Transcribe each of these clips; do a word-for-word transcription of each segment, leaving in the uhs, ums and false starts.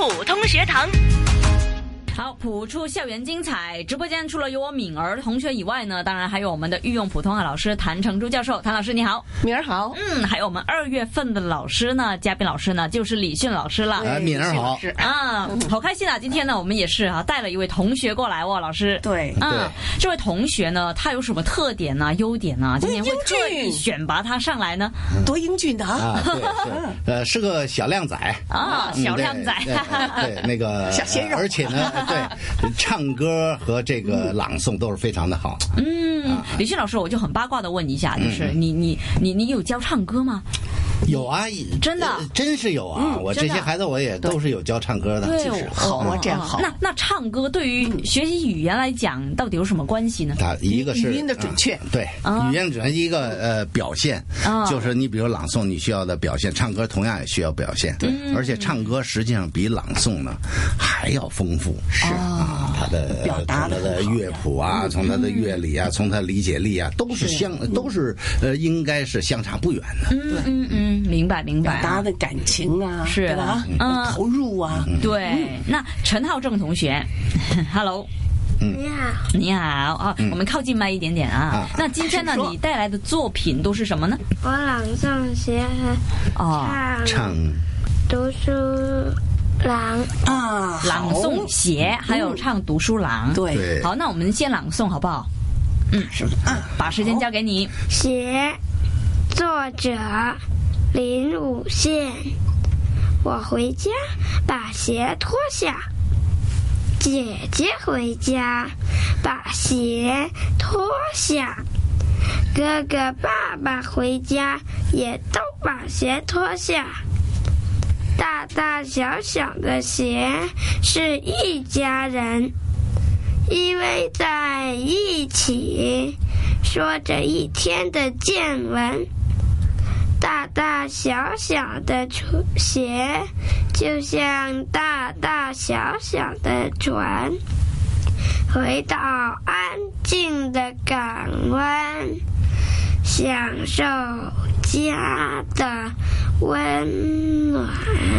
普通学堂。 好，普出校园精彩直播间除了有我敏儿同学以外呢，当然还有我们的御用普通话老师谭成珠教授。谭老师你好。 敏儿好。 嗯，还有我们二月份的老师呢，嘉宾老师呢就是李迅老师了。 哎， 敏儿好啊，好开心啊！今天呢，我们也是啊带了一位同学过来哦，老师。 对， 嗯，这位同学呢，他有什么特点呢、优点呢？今天会特意选拔他上来呢。 多英俊的啊！对，是呃，是个小靓仔啊，小靓仔， 对，那个小鲜肉， 而且呢，对，唱歌和这个朗诵都是非常的好。 嗯，李迅老师，我就很八卦的问一下，就是你你你你有教唱歌吗？ 有啊， 真的， 真是有啊！我这些孩子我也都是有教唱歌的， 对， 好啊，这样好。 那那唱歌对于学习语言来讲，到底有什么关系呢？ 它一个是语音的准确， 对，语言准确一个呃表现，就是你比如朗诵你需要的表现，唱歌同样也需要表现，对，而且唱歌实际上比朗诵呢还要丰富， 是啊，它的表达从它的乐谱啊，从它的乐理啊，从它理解力啊，都是相都是呃应该是相差不远的。 嗯嗯嗯。明白明白， 表达的感情啊， 是对吧？嗯，投入啊， 对。那陈浩正同学 ，Hello， 你好， 你好啊，我们靠近麦一点点啊。那今天呢，你带来的作品都是什么呢？ 我朗诵写和唱读书郎啊， 朗诵写还有唱读书郎， 对。 好，那我们先朗诵好不好？嗯，是啊，把时间交给你。 写。作者林武宪。我回家把鞋脱下，姐姐回家把鞋脱下，哥哥爸爸回家也都把鞋脱下。大大小小的鞋是一家人，依偎在一起，说着一天的见闻。大大小小的鞋就像大大小小的船，回到安静的港湾，享受家的温暖。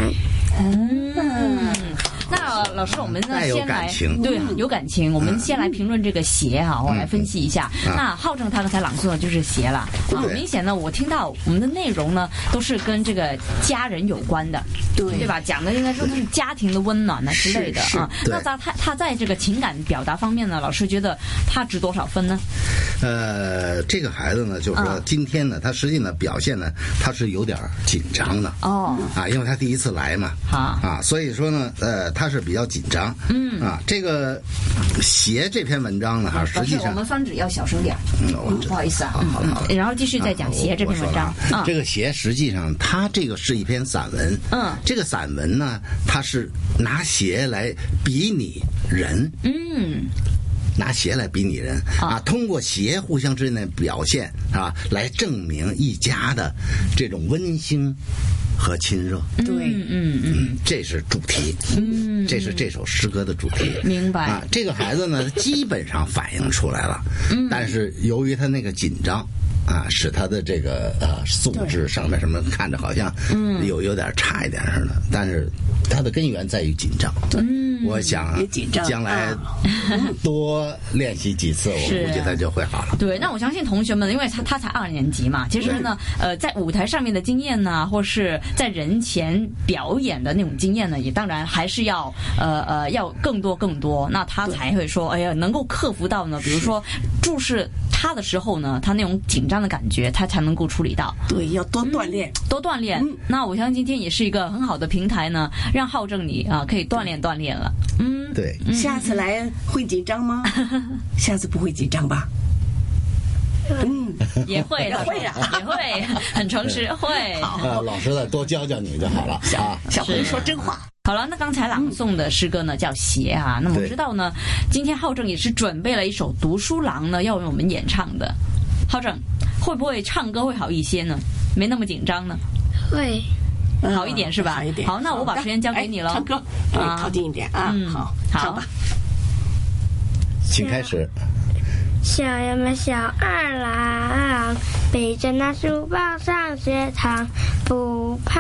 嗯，那老师，我们呢先来对有感情，我们先来评论这个鞋哈，我来分析一下。那浩正他刚才朗诵的就是鞋了，啊，明显呢，我听到我们的内容呢都是跟这个家人有关的，对对吧？讲的应该说是家庭的温暖啊之类的啊。那他他他在这个情感表达方面呢，老师觉得他值多少分呢？ 呃，这个孩子呢，就是说今天呢，他实际呢表现呢，他是有点紧张的哦啊，因为他第一次来嘛， 啊啊，所以说呢，呃，他是比较紧张， 嗯啊，这个鞋这篇文章呢，哈，实际上我们方纸要小声点， 嗯， 不好意思啊， 好好好， 然后继续再讲鞋这篇文章啊，这个鞋实际上它这个是一篇散文， 嗯， 这个散文呢，它是拿鞋来比拟人， 嗯。 拿鞋来比拟人啊，通过鞋互相之间的表现啊，来证明一家的这种温馨和亲热。 对，嗯嗯， 这是主题，嗯，这是这首诗歌的主题。 明白啊，这个孩子呢，基本上反映出来了，嗯，但是由于他那个紧张。啊，使他的这个呃素质上面什么看着好像嗯有有点差一点似的，但是他的根源在于紧张。 嗯， 我想将来多练习几次，我估计他就会好了。 对，那我相信同学们，因为他他才二年级嘛，其实呢，呃，在舞台上面的经验呢，或是在人前表演的那种经验呢，也当然还是要呃呃要更多更多，那他才会说，哎呀，能够克服到呢，比如说注视他的时候呢，他那种紧张的感觉，他才能够处理到。 对，要多锻炼， 嗯、多锻炼、嗯。那我相信今天也是一个很好的平台呢，让浩正你啊可以锻炼锻炼了。嗯， 对。 嗯、下次来会紧张吗？下次不会紧张吧？ 嗯，也会， 也会啊， 也会，很诚实，会。 好，老师的多教教你就好了啊。 小朋友说真话。 好了，那刚才朗诵的诗歌呢叫《鞋》啊，那么我知道呢，今天浩正也是准备了一首读书郎呢，要为我们演唱的。浩正会不会唱歌会好一些呢？没那么紧张呢？ 会， 好一点是吧？ 好一点。 好，那我把时间交给你了。 唱歌，啊，靠近一点啊。 嗯， 好， 好吧。 请开始。 小呀嘛小二郎，背着那书包上学堂，不怕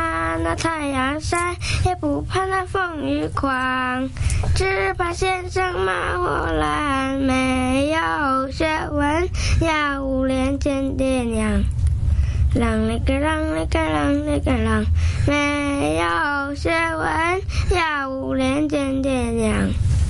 那太阳晒，也不怕那风雨狂，只怕先生骂我懒，没有学问，要无脸见爹娘。啷哩个啷哩个啷哩个啷，没有学问，要无脸见爹娘。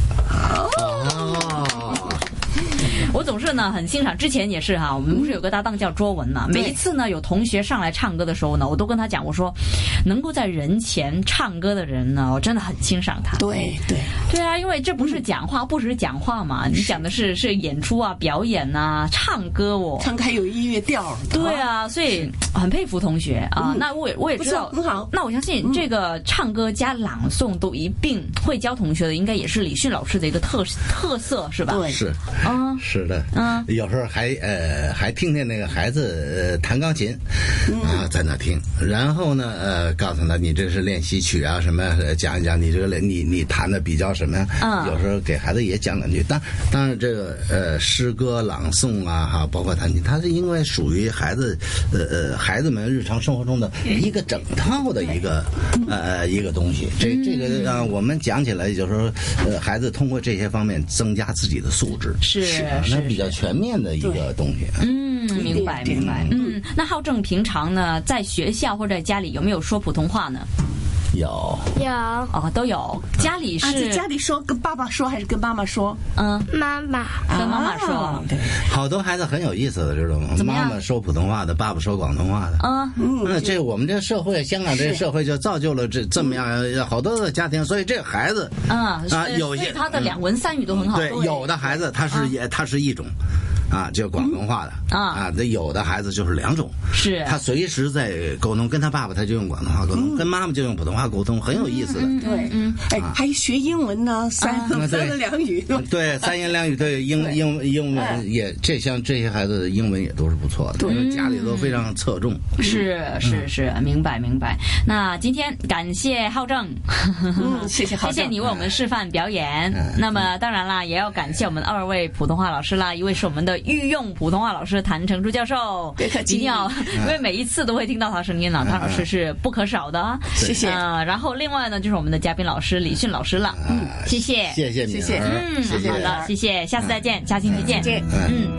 哦。 我总是呢很欣赏，之前也是哈，我们不是有个搭档叫卓文嘛，每一次呢有同学上来唱歌的时候呢，我都跟他讲，我说能够在人前唱歌的人呢，我真的很欣赏他。 对对对啊，因为这不是讲话，不只是讲话嘛，你讲的是是演出啊、表演啊、唱歌哦， 唱歌还有音乐调。 对啊，所以很佩服同学啊。那我也我也知道很好。 那我相信这个唱歌加朗诵都一并会教同学的，应该也是李迅老师的一个特特色，是吧？ 对， 是啊， 是的， 嗯， 有时候还呃还听见那个孩子呃弹钢琴，啊在那听，然后呢呃告诉他你这是练习曲啊什么，讲一讲你这个你你弹的比较什么呀？嗯，有时候给孩子也讲两句。当当然这个呃诗歌朗诵啊哈，包括弹琴，它是因为属于孩子呃呃孩子们日常生活中的一个整套的一个呃一个东西。这这个啊、呃、我们讲起来就是说呃孩子通过这些方面增加自己的素质。 是是， 那比较全面的一个东西。 嗯，明白明白。嗯，那浩正平常呢，在学校或者在家里有没有说普通话呢？ 有有哦，都有。家里是、 啊、在家里说跟爸爸说还是跟妈妈说？ 嗯， 妈妈跟妈妈说。 啊、对， 好多孩子很有意思的，知道吗？妈妈说普通话的，爸爸说广东话的。 嗯嗯，那这我们这社会，香港这个社会就造就了这这么样好多的家庭，所以这个孩子啊啊，有些他的两文三语都很好。 对，有的孩子他是也他是一种。啊，就广东话的啊啊，那有的孩子就是两种， 是他随时在沟通，跟他爸爸他就用广东话沟通，跟妈妈就用普通话沟通，很有意思的。 对，嗯，哎，还学英文呢，三三言两语。 对，三言两语，对，英英英文也，这像这些孩子的英文也都是不错的，因为家里都非常侧重。 是是是，明白明白。那今天感谢浩正， 嗯，谢谢浩正， 谢谢你为我们示范表演。那么当然啦，也要感谢我们二位普通话老师啦，一位是我们的御用普通话老师谭成珠教授，一定要，因为每一次都会听到他声音了，谭老师是不可少的。 谢谢。 呃，然后另外呢，就是我们的嘉宾老师李迅老师了，嗯，谢谢， 谢谢你， 谢谢，嗯， 谢谢， 好的，谢谢，下次再见，下星期见， 再见， 嗯。